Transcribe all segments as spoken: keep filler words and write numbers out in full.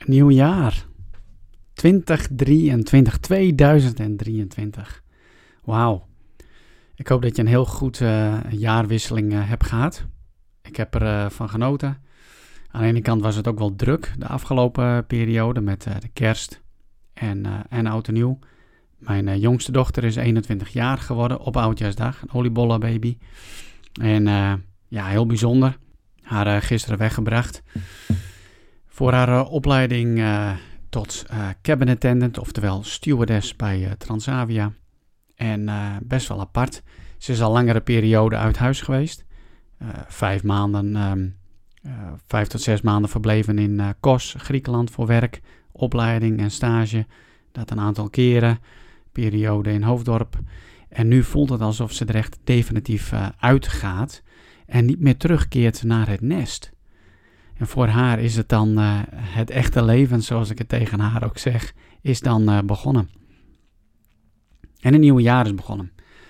Nieuw jaar. twintig drieëntwintig, tweeduizend drieëntwintig. Wauw. Ik hoop dat je een heel goed uh, jaarwisseling uh, hebt gehad. Ik heb er uh, van genoten. Aan de ene kant was het ook wel druk de afgelopen uh, periode met uh, de kerst en, uh, en oud en nieuw. Mijn uh, jongste dochter is eenentwintig jaar geworden op oudjaarsdag, een oliebollenbaby. En uh, ja, heel bijzonder. Haar uh, gisteren weggebracht voor haar uh, opleiding uh, tot uh, cabin attendant, oftewel stewardess bij uh, Transavia. En uh, best wel apart. Ze is al langere periode uit huis geweest. Uh, vijf maanden, um, uh, vijf tot zes maanden verbleven in uh, Kos, Griekenland voor werk, opleiding en stage. Dat een aantal keren. Periode in Hoofddorp. En nu voelt het alsof ze er echt definitief uh, uitgaat en niet meer terugkeert naar het nest. En voor haar is het dan uh, het echte leven, zoals ik het tegen haar ook zeg, is dan uh, begonnen. En een nieuw jaar is begonnen.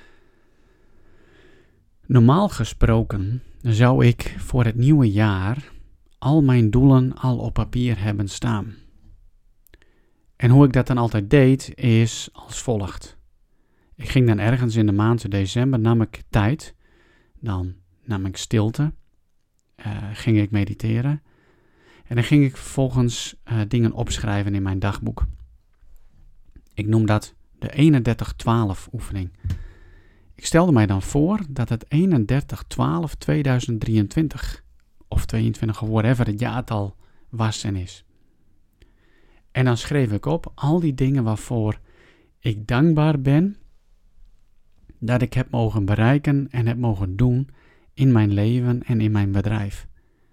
Normaal gesproken zou ik voor het nieuwe jaar al mijn doelen al op papier hebben staan. En hoe ik dat dan altijd deed, is als volgt. Ik ging dan ergens in de maand december, nam ik tijd, dan nam ik stilte, uh, ging ik mediteren en dan ging ik vervolgens uh, dingen opschrijven in mijn dagboek. Ik noem dat de eenendertig twaalf oefening. Ik stelde mij dan voor dat het eenendertig twaalf tweeduizend drieëntwintig of tweeëntwintig of whatever het jaartal was en is. En dan schreef ik op al die dingen waarvoor ik dankbaar ben dat ik heb mogen bereiken en heb mogen doen in mijn leven en in mijn bedrijf.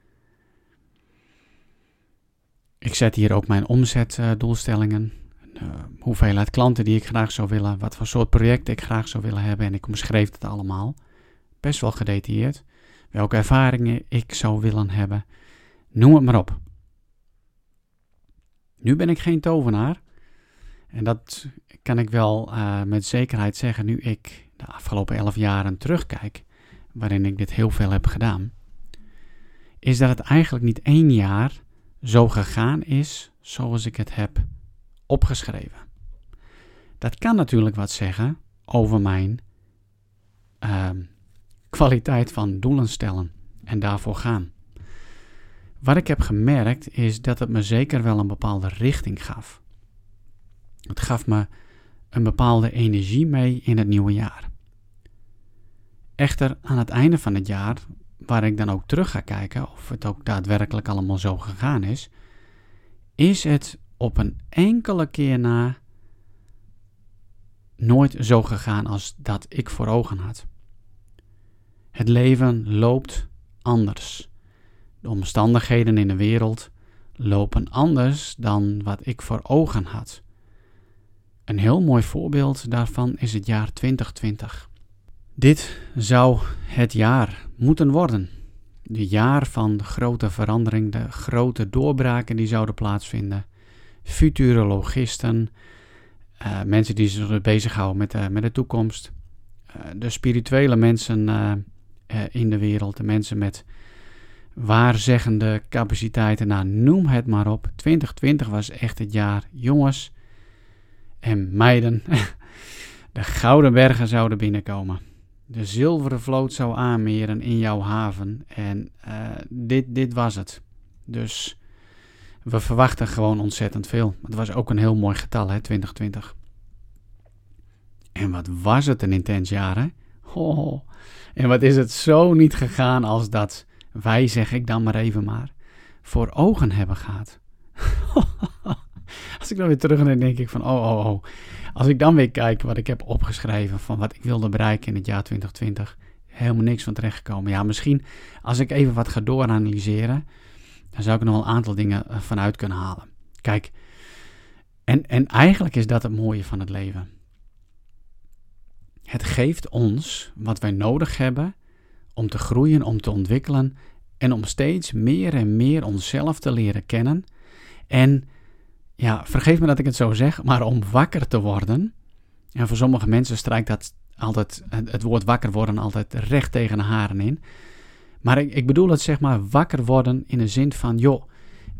Ik zet hier ook mijn omzetdoelstellingen, uh, hoeveelheid klanten die ik graag zou willen, wat voor soort projecten ik graag zou willen hebben en ik omschreef het allemaal. Best wel gedetailleerd. Welke ervaringen ik zou willen hebben. Noem het maar op. Nu ben ik geen tovenaar. En dat kan ik wel uh, met zekerheid zeggen nu ik de afgelopen elf jaren terugkijk, waarin ik dit heel veel heb gedaan, is dat het eigenlijk niet één jaar zo gegaan is zoals ik het heb opgeschreven. Dat kan natuurlijk wat zeggen over mijn uh, kwaliteit van doelen stellen en daarvoor gaan. Wat ik heb gemerkt is dat het me zeker wel een bepaalde richting gaf. Het gaf me een bepaalde energie mee in het nieuwe jaar. Echter, aan het einde van het jaar, waar ik dan ook terug ga kijken of het ook daadwerkelijk allemaal zo gegaan is, is het op een enkele keer na nooit zo gegaan als dat ik voor ogen had. Het leven loopt anders. De omstandigheden in de wereld lopen anders dan wat ik voor ogen had. Een heel mooi voorbeeld daarvan is het jaar twintig twintig. Dit zou het jaar moeten worden. Het jaar van grote verandering, de grote doorbraken die zouden plaatsvinden. Futurologisten, uh, mensen die zich bezighouden met, uh, met de toekomst. Uh, de spirituele mensen uh, uh, in de wereld, de mensen met waarzeggende capaciteiten, nou, noem het maar op. twintig twintig was echt het jaar, jongens en meiden. De gouden bergen zouden binnenkomen. De zilveren vloot zou aanmeren in jouw haven. En uh, dit, dit was het. Dus we verwachten gewoon ontzettend veel. Het was ook een heel mooi getal, hè, twintig twintig. En wat was het een intens jaar, hè? Oh, en wat is het zo niet gegaan als dat wij, zeg ik dan maar even maar, voor ogen hebben gehad. Als ik dan weer terug denk, denk ik van, oh, oh, oh. Als ik dan weer kijk wat ik heb opgeschreven van wat ik wilde bereiken in het jaar twintig twintig, helemaal niks van terechtgekomen. Ja, misschien als ik even wat ga dooranalyseren, dan zou ik er nog wel een aantal dingen vanuit kunnen halen. Kijk, en, en eigenlijk is dat het mooie van het leven. Het geeft ons wat wij nodig hebben om te groeien, om te ontwikkelen en om steeds meer en meer onszelf te leren kennen. En ja, vergeef me dat ik het zo zeg, maar om wakker te worden. En voor sommige mensen strijkt dat altijd, het woord wakker worden altijd recht tegen de haren in. Maar ik, ik bedoel het zeg maar wakker worden in de zin van, joh,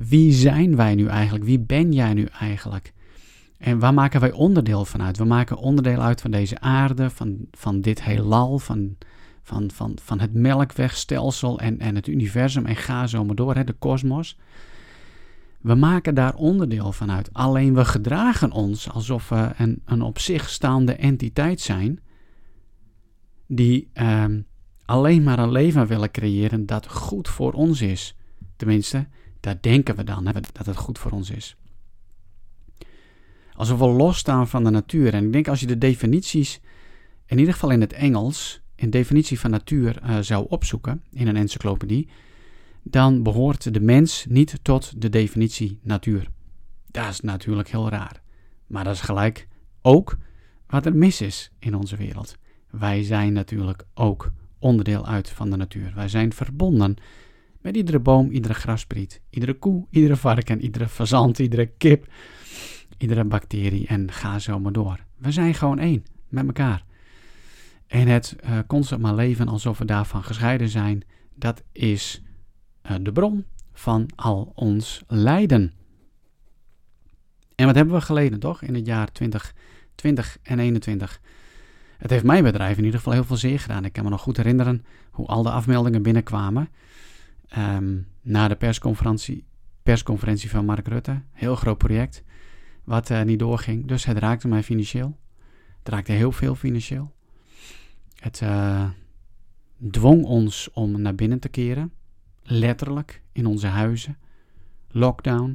Wie zijn wij nu eigenlijk? Wie ben jij nu eigenlijk? En waar maken wij onderdeel van uit? We maken onderdeel uit van deze aarde, van, van dit heelal, van, van, van, van het melkwegstelsel en, en het universum en ga zo maar door, hè, de kosmos. We maken daar onderdeel van uit. Alleen we gedragen ons alsof we een, een op zich staande entiteit zijn die eh, alleen maar een leven willen creëren dat goed voor ons is. Tenminste, daar denken we dan, hè, dat het goed voor ons is. Alsof we losstaan van de natuur. En ik denk als je de definities, in ieder geval in het Engels, een definitie van natuur uh, zou opzoeken in een encyclopedie, dan behoort de mens niet tot de definitie natuur. Dat is natuurlijk heel raar. Maar dat is gelijk ook wat er mis is in onze wereld. Wij zijn natuurlijk ook onderdeel uit van de natuur. Wij zijn verbonden met iedere boom, iedere grasspriet, iedere koe, iedere varken, iedere fazant, iedere kip, iedere bacterie en ga zo maar door. We zijn gewoon één met elkaar. En het uh, constant maar leven alsof we daarvan gescheiden zijn, dat is uh, de bron van al ons lijden. En wat hebben we geleden toch in het jaar twintig twintig en eenentwintig? Het heeft mijn bedrijf in ieder geval heel veel zeer gedaan. Ik kan me nog goed herinneren hoe al de afmeldingen binnenkwamen um, na de persconferentie, persconferentie van Mark Rutte. Heel groot project wat uh, niet doorging. Dus het raakte mij financieel. Het raakte heel veel financieel. Het uh, dwong ons om naar binnen te keren. Letterlijk in onze huizen. Lockdown.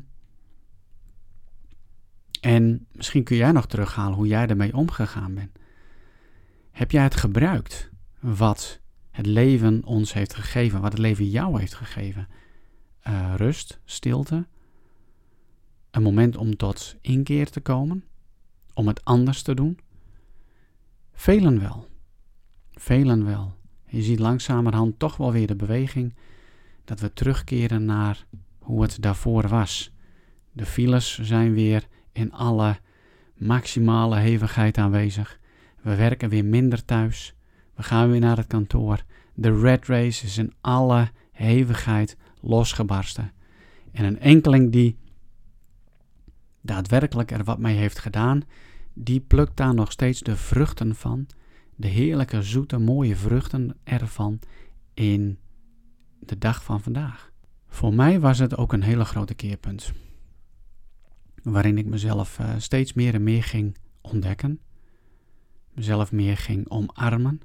En misschien kun jij nog terughalen hoe jij ermee omgegaan bent. Heb jij het gebruikt wat het leven ons heeft gegeven, wat het leven jou heeft gegeven? Uh, rust, stilte, een moment om tot inkeer te komen, om het anders te doen? Velen wel, velen wel. Je ziet langzamerhand toch wel weer de beweging dat we terugkeren naar hoe het daarvoor was. De files zijn weer in alle maximale hevigheid aanwezig. We werken weer minder thuis. We gaan weer naar het kantoor. De rat race is in alle hevigheid losgebarsten. En een enkeling die daadwerkelijk er wat mee heeft gedaan, die plukt daar nog steeds de vruchten van. De heerlijke, zoete, mooie vruchten ervan in de dag van vandaag. Voor mij was het ook een hele grote keerpunt. Waarin ik mezelf uh, steeds meer en meer ging ontdekken. Mezelf meer ging omarmen.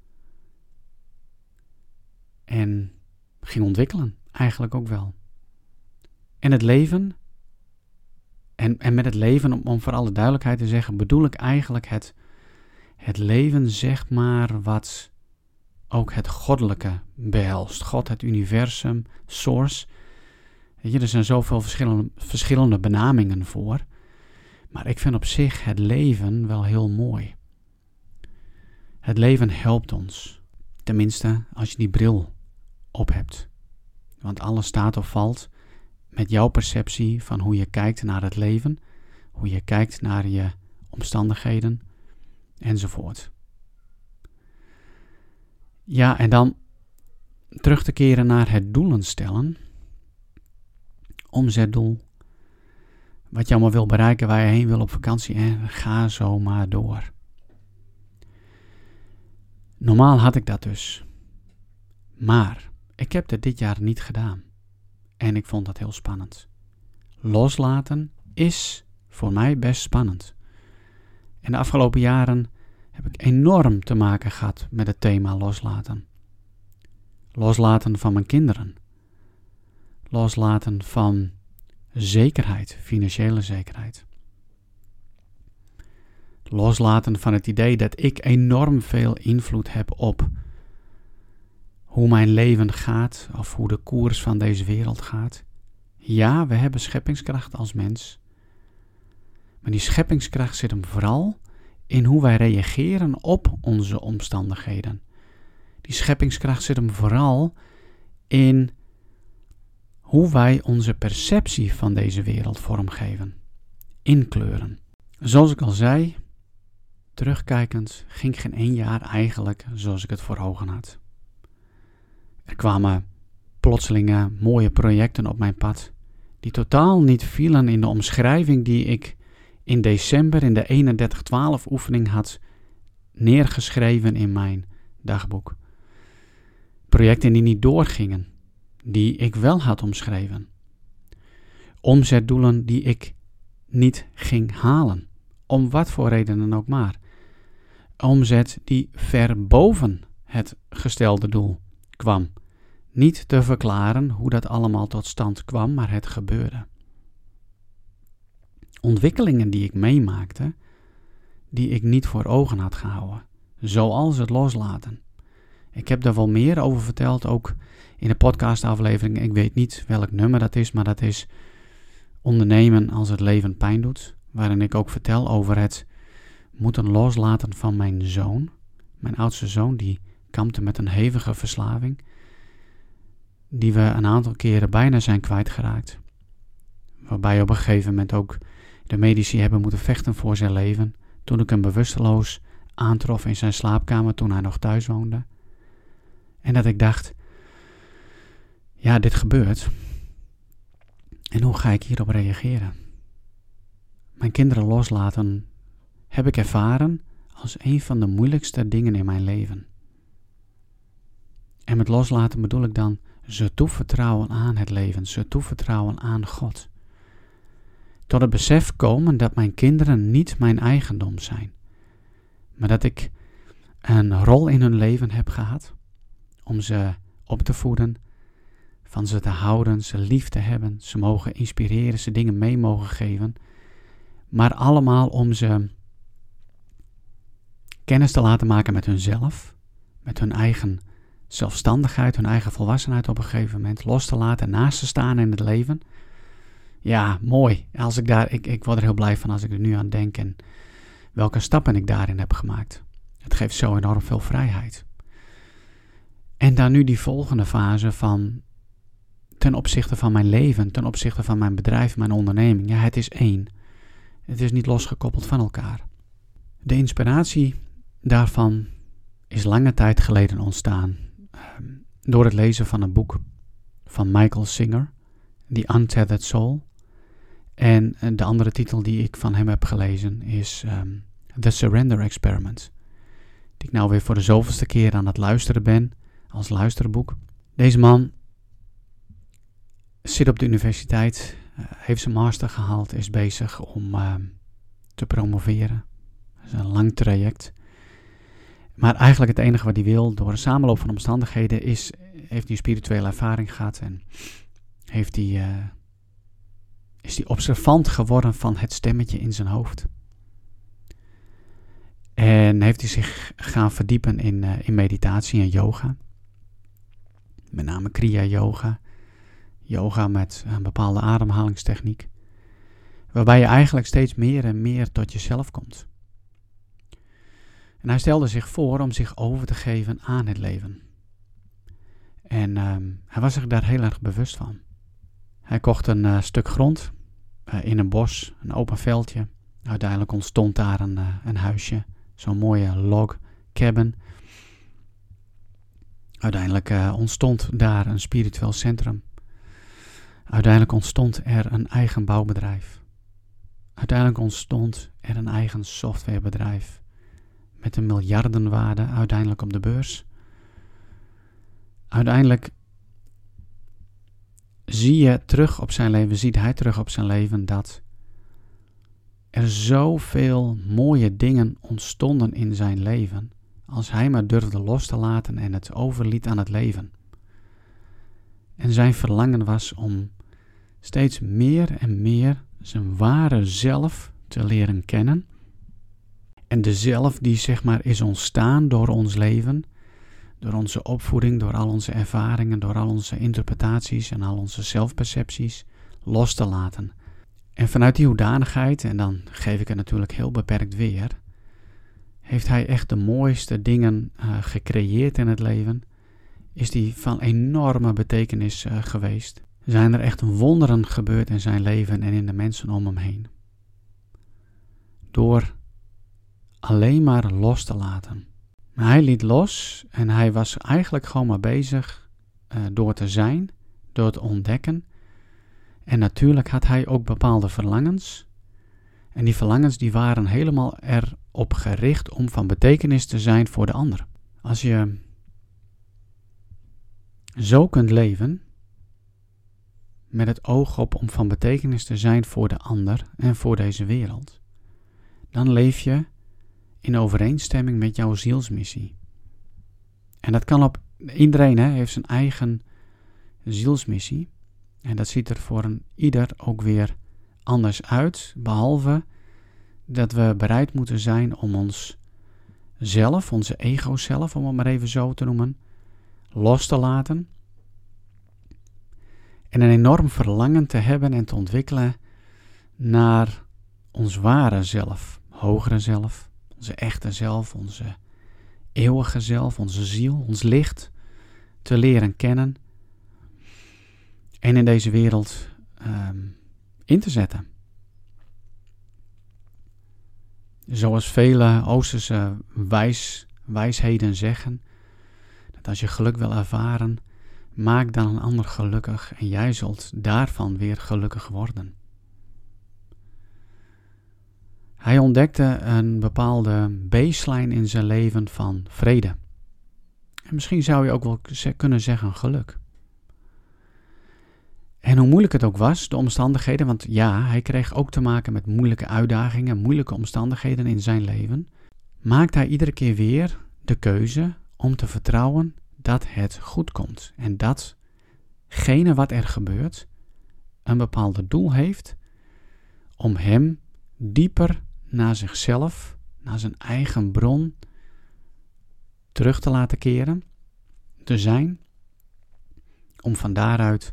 En ging ontwikkelen, eigenlijk ook wel. En het leven, en, en met het leven, om, om voor alle duidelijkheid te zeggen, bedoel ik eigenlijk het, het leven, zeg maar, wat ook het goddelijke behelst. God, het universum, source. Weet je, er zijn zoveel verschillende, verschillende benamingen voor. Maar ik vind op zich het leven wel heel mooi. Het leven helpt ons. Tenminste, als je die bril op hebt. Want alles staat of valt met jouw perceptie van hoe je kijkt naar het leven. Hoe je kijkt naar je omstandigheden. Enzovoort. Ja, en dan terug te keren naar het doelen stellen. Omzetdoel. Wat je allemaal wil bereiken, waar je heen wil op vakantie. En ga zo maar door. Normaal had ik dat dus. Maar ik heb het dit jaar niet gedaan. En ik vond dat heel spannend. Loslaten is voor mij best spannend. En de afgelopen jaren heb ik enorm te maken gehad met het thema loslaten. Loslaten van mijn kinderen. Loslaten van zekerheid, financiële zekerheid. Loslaten van het idee dat ik enorm veel invloed heb op hoe mijn leven gaat of hoe de koers van deze wereld gaat. Ja, we hebben scheppingskracht als mens. Maar die scheppingskracht zit hem vooral in hoe wij reageren op onze omstandigheden. Die scheppingskracht zit hem vooral in hoe wij onze perceptie van deze wereld vormgeven, inkleuren. Zoals ik al zei, terugkijkend ging geen één jaar eigenlijk zoals ik het voor ogen had. Er kwamen plotselinge mooie projecten op mijn pad die totaal niet vielen in de omschrijving die ik in december in de eenendertig twaalf oefening had neergeschreven in mijn dagboek. Projecten die niet doorgingen, die ik wel had omschreven. Omzetdoelen die ik niet ging halen, om wat voor redenen ook maar. Omzet die ver boven het gestelde doel kwam. Niet te verklaren hoe dat allemaal tot stand kwam, maar het gebeurde. Ontwikkelingen die ik meemaakte, die ik niet voor ogen had gehouden. Zoals het loslaten. Ik heb daar wel meer over verteld, ook in de podcastaflevering. Ik weet niet welk nummer dat is, maar dat is Ondernemen als het leven pijn doet. Waarin ik ook vertel over het moeten loslaten van mijn zoon. Mijn oudste zoon, die kampte met een hevige verslaving. Die we een aantal keren bijna zijn kwijtgeraakt. Waarbij op een gegeven moment ook de medici hebben moeten vechten voor zijn leven. Toen ik hem bewusteloos aantrof in zijn slaapkamer toen hij nog thuis woonde. En dat ik dacht, ja, dit gebeurt. En hoe ga ik hierop reageren? Mijn kinderen loslaten heb ik ervaren als een van de moeilijkste dingen in mijn leven. En met loslaten bedoel ik dan ze toevertrouwen aan het leven, ze toevertrouwen aan God. Tot het besef komen dat mijn kinderen niet mijn eigendom zijn, maar dat ik een rol in hun leven heb gehad om ze op te voeden, van ze te houden, ze lief te hebben, ze mogen inspireren, ze dingen mee mogen geven, maar allemaal om ze kennis te laten maken met hunzelf, met hun eigen zelfstandigheid, hun eigen volwassenheid op een gegeven moment, los te laten, naast te staan in het leven. Ja, mooi. Als ik, daar, ik, ik word er heel blij van als ik er nu aan denk en welke stappen ik daarin heb gemaakt. Het geeft zo enorm veel vrijheid. En dan nu die volgende fase van ten opzichte van mijn leven, ten opzichte van mijn bedrijf, mijn onderneming. Ja, het is één. Het is niet losgekoppeld van elkaar. De inspiratie daarvan is lange tijd geleden ontstaan um, door het lezen van een boek van Michael Singer, The Untethered Soul. En de andere titel die ik van hem heb gelezen is um, The Surrender Experiment. Die ik nou weer voor de zoveelste keer aan het luisteren ben, als luisterboek. Deze man zit op de universiteit, uh, heeft zijn master gehaald, is bezig om uh, te promoveren. Dat is een lang traject. Maar eigenlijk het enige wat hij wil, door een samenloop van omstandigheden, is, heeft hij een spirituele ervaring gehad en heeft hij, uh, is hij observant geworden van het stemmetje in zijn hoofd. En heeft hij zich gaan verdiepen in, uh, in meditatie en yoga. Met name Kriya Yoga. Yoga met een bepaalde ademhalingstechniek. Waarbij je eigenlijk steeds meer en meer tot jezelf komt. En hij stelde zich voor om zich over te geven aan het leven. En um, hij was zich daar heel erg bewust van. Hij kocht een uh, stuk grond uh, in een bos, een open veldje. Uiteindelijk ontstond daar een, uh, een huisje, zo'n mooie log cabin. Uiteindelijk uh, ontstond daar een spiritueel centrum. Uiteindelijk ontstond er een eigen bouwbedrijf. Uiteindelijk ontstond er een eigen softwarebedrijf. Met een miljardenwaarde uiteindelijk op de beurs. Uiteindelijk zie je terug op zijn leven, ziet hij terug op zijn leven dat er zoveel mooie dingen ontstonden in zijn leven, als hij maar durfde los te laten en het overliet aan het leven. En zijn verlangen was om steeds meer en meer zijn ware zelf te leren kennen. En de zelf die zeg maar is ontstaan door ons leven, door onze opvoeding, door al onze ervaringen, door al onze interpretaties en al onze zelfpercepties los te laten. En vanuit die hoedanigheid, en dan geef ik het natuurlijk heel beperkt weer, heeft hij echt de mooiste dingen uh, gecreëerd in het leven. Is die van enorme betekenis uh, geweest. Zijn er echt wonderen gebeurd in zijn leven en in de mensen om hem heen. Door alleen maar los te laten. Maar hij liet los en hij was eigenlijk gewoon maar bezig uh, door te zijn, door te ontdekken. En natuurlijk had hij ook bepaalde verlangens. En die verlangens die waren helemaal erop gericht om van betekenis te zijn voor de ander. Als je zo kunt leven, met het oog op om van betekenis te zijn voor de ander en voor deze wereld, dan leef je in overeenstemming met jouw zielsmissie. En dat kan op iedereen, hè, heeft zijn eigen zielsmissie. En dat ziet er voor een ieder ook weer anders uit, behalve dat we bereid moeten zijn om ons zelf, onze ego zelf, om het maar even zo te noemen, los te laten. En een enorm verlangen te hebben en te ontwikkelen naar ons ware zelf, hogere zelf, onze echte zelf, onze eeuwige zelf, onze ziel, ons licht te leren kennen en in deze wereld um, in te zetten. Zoals vele Oosterse wijs, wijsheden zeggen, dat als je geluk wil ervaren, maak dan een ander gelukkig en jij zult daarvan weer gelukkig worden. Hij ontdekte een bepaalde baseline in zijn leven van vrede. En misschien zou je ook wel kunnen zeggen geluk. En hoe moeilijk het ook was, de omstandigheden, want ja, hij kreeg ook te maken met moeilijke uitdagingen, moeilijke omstandigheden in zijn leven, maakte hij iedere keer weer de keuze om te vertrouwen dat het goed komt. En datgene wat er gebeurt, een bepaald doel heeft om hem dieper naar zichzelf, naar zijn eigen bron terug te laten keren, te zijn, om van daaruit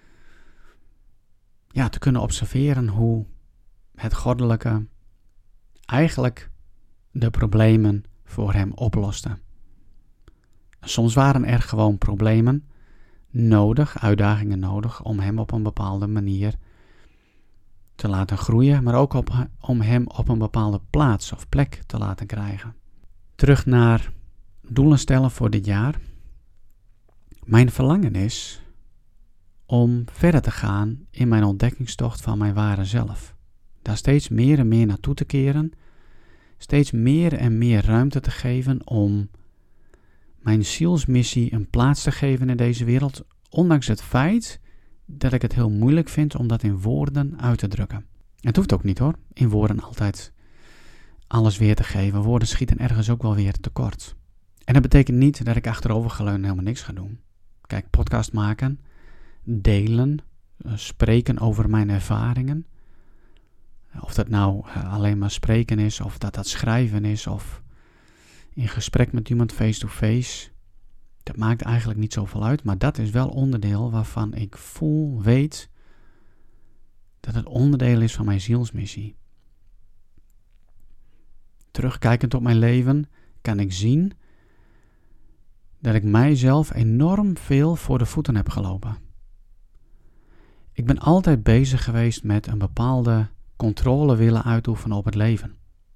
ja, te kunnen observeren hoe het goddelijke eigenlijk de problemen voor hem oploste. Soms waren er gewoon problemen nodig, uitdagingen nodig, om hem op een bepaalde manier te laten groeien, maar ook op, om hem op een bepaalde plaats of plek te laten krijgen. Terug naar doelen stellen voor dit jaar. Mijn verlangen is om verder te gaan in mijn ontdekkingstocht van mijn ware zelf. Daar steeds meer en meer naartoe te keren, steeds meer en meer ruimte te geven om mijn zielsmissie een plaats te geven in deze wereld, ondanks het feit dat ik het heel moeilijk vind om dat in woorden uit te drukken. Het hoeft ook niet hoor, in woorden altijd alles weer te geven. Woorden schieten ergens ook wel weer tekort. En dat betekent niet dat ik achterovergeleund helemaal niks ga doen. Kijk, podcast maken, delen, spreken over mijn ervaringen. Of dat nou alleen maar spreken is, of dat dat schrijven is, of in gesprek met iemand face-to-face. Dat maakt eigenlijk niet zoveel uit, maar dat is wel onderdeel waarvan ik voel, weet, dat het onderdeel is van mijn zielsmissie. Terugkijkend op mijn leven kan ik zien dat ik mijzelf enorm veel voor de voeten heb gelopen. Ik ben altijd bezig geweest met een bepaalde controle willen uitoefenen op het leven.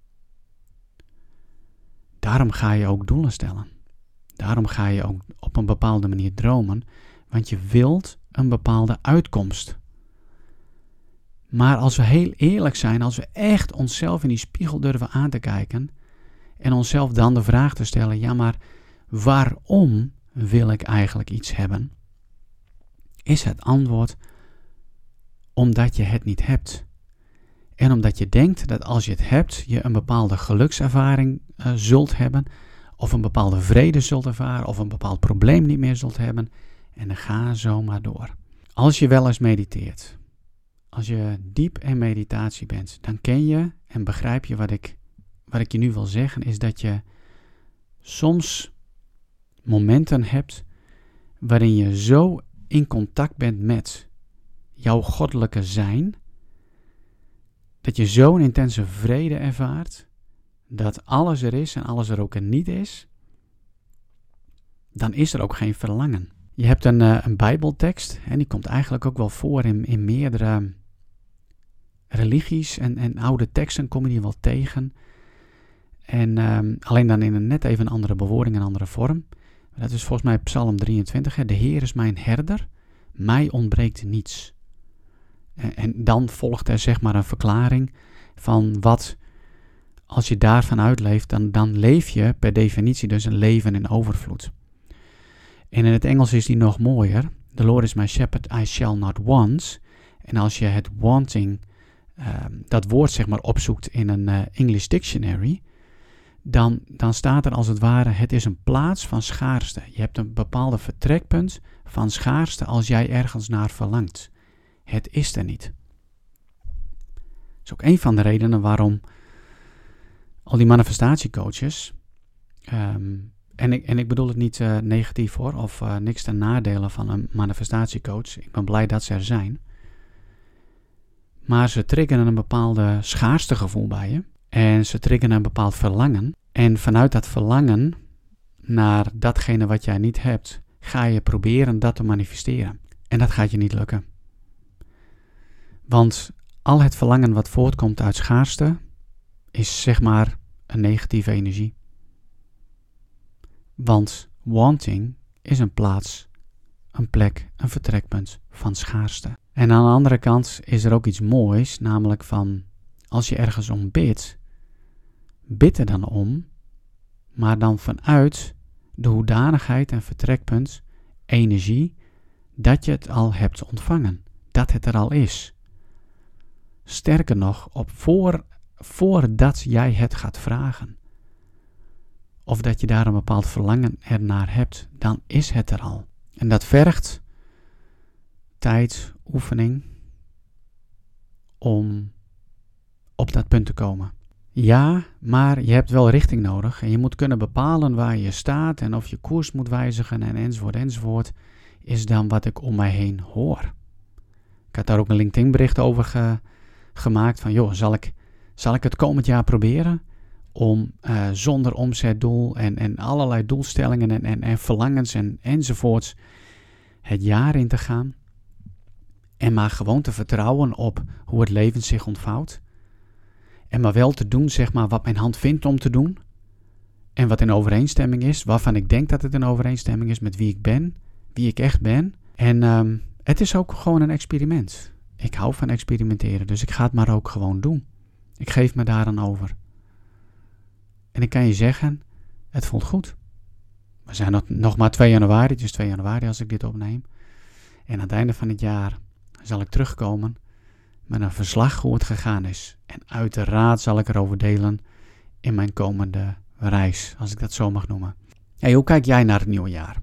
Daarom ga je ook doelen stellen. Daarom ga je ook op een bepaalde manier dromen, want je wilt een bepaalde uitkomst. Maar als we heel eerlijk zijn, als we echt onszelf in die spiegel durven aan te kijken en onszelf dan de vraag te stellen, ja maar waarom wil ik eigenlijk iets hebben? Is het antwoord omdat je het niet hebt. En omdat je denkt dat als je het hebt, je een bepaalde gelukservaring uh, zult hebben, of een bepaalde vrede zult ervaren, of een bepaald probleem niet meer zult hebben. En dan ga zo maar door. Als je wel eens mediteert, als je diep in meditatie bent, dan ken je en begrijp je wat ik, wat ik je nu wil zeggen, is dat je soms momenten hebt waarin je zo in contact bent met jouw goddelijke zijn, dat je zo'n intense vrede ervaart, dat alles er is en alles er ook er niet is, dan is er ook geen verlangen. Je hebt een, uh, een Bijbeltekst, en die komt eigenlijk ook wel voor in, in meerdere religies en, en oude teksten kom je die wel tegen. En um, alleen dan in een net even een andere bewoording, een andere vorm. Dat is volgens mij Psalm drieëntwintig. Hè? De Heer is mijn herder, mij ontbreekt niets. En, en dan volgt er zeg maar een verklaring van wat, als je daarvan uitleeft, dan, dan leef je per definitie dus een leven in overvloed. En in het Engels is die nog mooier. The Lord is my shepherd, I shall not want. En als je het wanting, uh, dat woord zeg maar opzoekt in een uh, English dictionary, dan, dan staat er als het ware, het is een plaats van schaarste. Je hebt een bepaalde vertrekpunt van schaarste als jij ergens naar verlangt. Het is er niet. Dat is ook een van de redenen waarom al die manifestatiecoaches, um, en, ik, en ik bedoel het niet uh, negatief hoor, of uh, niks ten nadele van een manifestatiecoach. Ik ben blij dat ze er zijn. Maar ze triggeren een bepaalde schaarste gevoel bij je. En ze triggeren een bepaald verlangen. En vanuit dat verlangen naar datgene wat jij niet hebt, ga je proberen dat te manifesteren. En dat gaat je niet lukken. Want al het verlangen wat voortkomt uit schaarste, is zeg maar een negatieve energie. Want wanting is een plaats, een plek, een vertrekpunt van schaarste. En aan de andere kant is er ook iets moois, namelijk van als je ergens om bidt, bid er dan om, maar dan vanuit de hoedanigheid en vertrekpunt, energie, dat je het al hebt ontvangen, dat het er al is. Sterker nog, op voor, voordat jij het gaat vragen, of dat je daar een bepaald verlangen ernaar hebt, dan is het er al. En dat vergt tijd, oefening, om op dat punt te komen. Ja, maar je hebt wel richting nodig en je moet kunnen bepalen waar je staat en of je koers moet wijzigen en enzovoort enzovoort, is dan wat ik om mij heen hoor. Ik had daar ook een LinkedIn bericht over ge, gemaakt van, joh, zal ik, zal ik het komend jaar proberen om uh, zonder omzetdoel en, en allerlei doelstellingen en, en, en verlangens en, enzovoorts het jaar in te gaan en maar gewoon te vertrouwen op hoe het leven zich ontvouwt. En maar wel te doen, zeg maar, wat mijn hand vindt om te doen. En wat in overeenstemming is, waarvan ik denk dat het in overeenstemming is met wie ik ben, wie ik echt ben. En um, het is ook gewoon een experiment. Ik hou van experimenteren, dus ik ga het maar ook gewoon doen. Ik geef me daar aan over. En ik kan je zeggen, het voelt goed. We zijn nog, nog maar twee januari, het is twee januari als ik dit opneem. En aan het einde van het jaar zal ik terugkomen met een verslag hoe het gegaan is. En uiteraard zal ik erover delen in mijn komende reis, als ik dat zo mag noemen. Hey, hoe kijk jij naar het nieuwe jaar?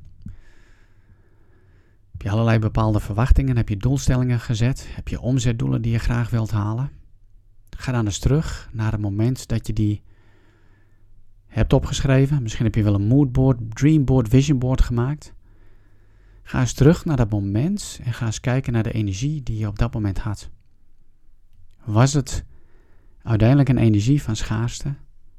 Heb je allerlei bepaalde verwachtingen? Heb je doelstellingen gezet? Heb je omzetdoelen die je graag wilt halen? Ga dan eens terug naar het moment dat je die hebt opgeschreven. Misschien heb je wel een moodboard, dreamboard, visionboard gemaakt. Ga eens terug naar dat moment en ga eens kijken naar de energie die je op dat moment had. Was het uiteindelijk een energie van schaarste?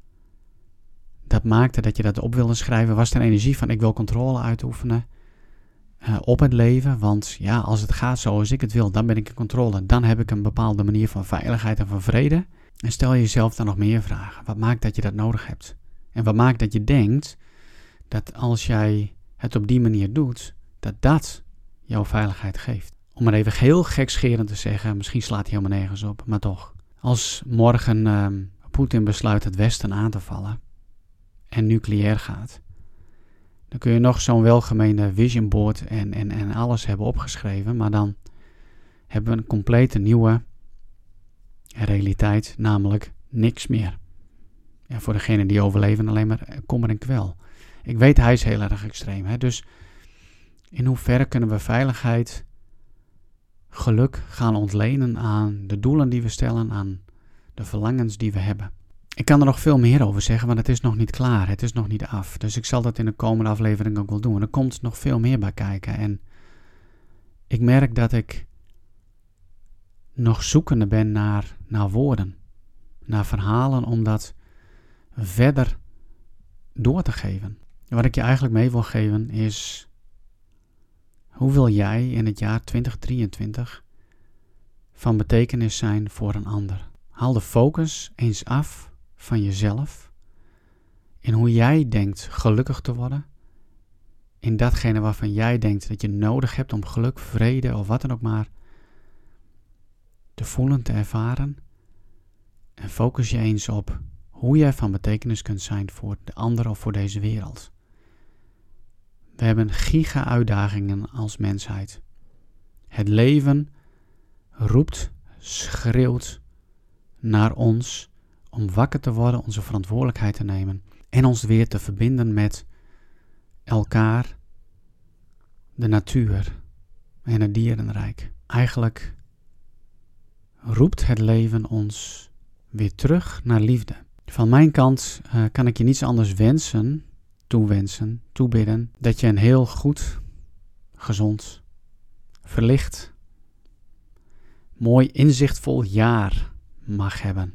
Dat maakte dat je dat op wilde schrijven. Was het een energie van ik wil controle uitoefenen uh, op het leven? Want ja, als het gaat zoals ik het wil, dan ben ik in controle. Dan heb ik een bepaalde manier van veiligheid en van vrede. En stel jezelf dan nog meer vragen. Wat maakt dat je dat nodig hebt? En wat maakt dat je denkt dat als jij het op die manier doet, dat dat jouw veiligheid geeft? Om maar even heel gekscherend te zeggen, misschien slaat hij helemaal nergens op, maar toch. Als morgen uh, Poetin besluit het Westen aan te vallen en nucleair gaat, dan kun je nog zo'n welgemeende vision board en, en, en alles hebben opgeschreven, maar dan hebben we een complete nieuwe realiteit, namelijk niks meer. Ja, voor degenen die overleven alleen maar kommer en kwel. Ik weet, hij is heel erg extreem. Hè? Dus in hoeverre kunnen we veiligheid, geluk gaan ontlenen aan de doelen die we stellen, aan de verlangens die we hebben. Ik kan er nog veel meer over zeggen, want het is nog niet klaar. Het is nog niet af. Dus ik zal dat in de komende aflevering ook wel doen. En er komt nog veel meer bij kijken. En ik merk dat ik nog zoekende ben naar, naar woorden. Naar verhalen om dat verder door te geven. En wat ik je eigenlijk mee wil geven is, hoe wil jij in het jaar twintig drieëntwintig van betekenis zijn voor een ander? Haal de focus eens af van jezelf in hoe jij denkt gelukkig te worden. In datgene waarvan jij denkt dat je nodig hebt om geluk, vrede of wat dan ook maar te voelen, te ervaren. En focus je eens op hoe jij van betekenis kunt zijn voor de ander of voor deze wereld. We hebben giga-uitdagingen als mensheid. Het leven roept, schreeuwt naar ons om wakker te worden, onze verantwoordelijkheid te nemen en ons weer te verbinden met elkaar, de natuur en het dierenrijk. Eigenlijk roept het leven ons weer terug naar liefde. Van mijn kant uh, kan ik je niets anders wensen, toewensen, toebidden, dat je een heel goed, gezond, verlicht, mooi inzichtvol jaar mag hebben.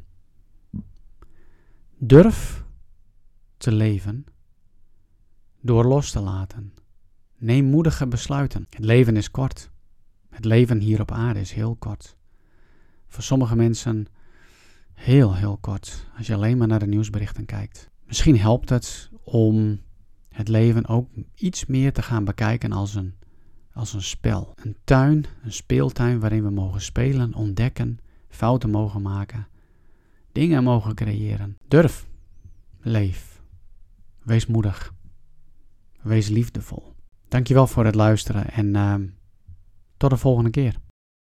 Durf te leven door los te laten. Neem moedige besluiten. Het leven is kort. Het leven hier op aarde is heel kort. Voor sommige mensen heel, heel kort. Als je alleen maar naar de nieuwsberichten kijkt. Misschien helpt het om het leven ook iets meer te gaan bekijken als een, als een spel. Een tuin, een speeltuin waarin we mogen spelen, ontdekken, fouten mogen maken, dingen mogen creëren. Durf, leef, wees moedig, wees liefdevol. Dankjewel voor het luisteren en uh, tot de volgende keer.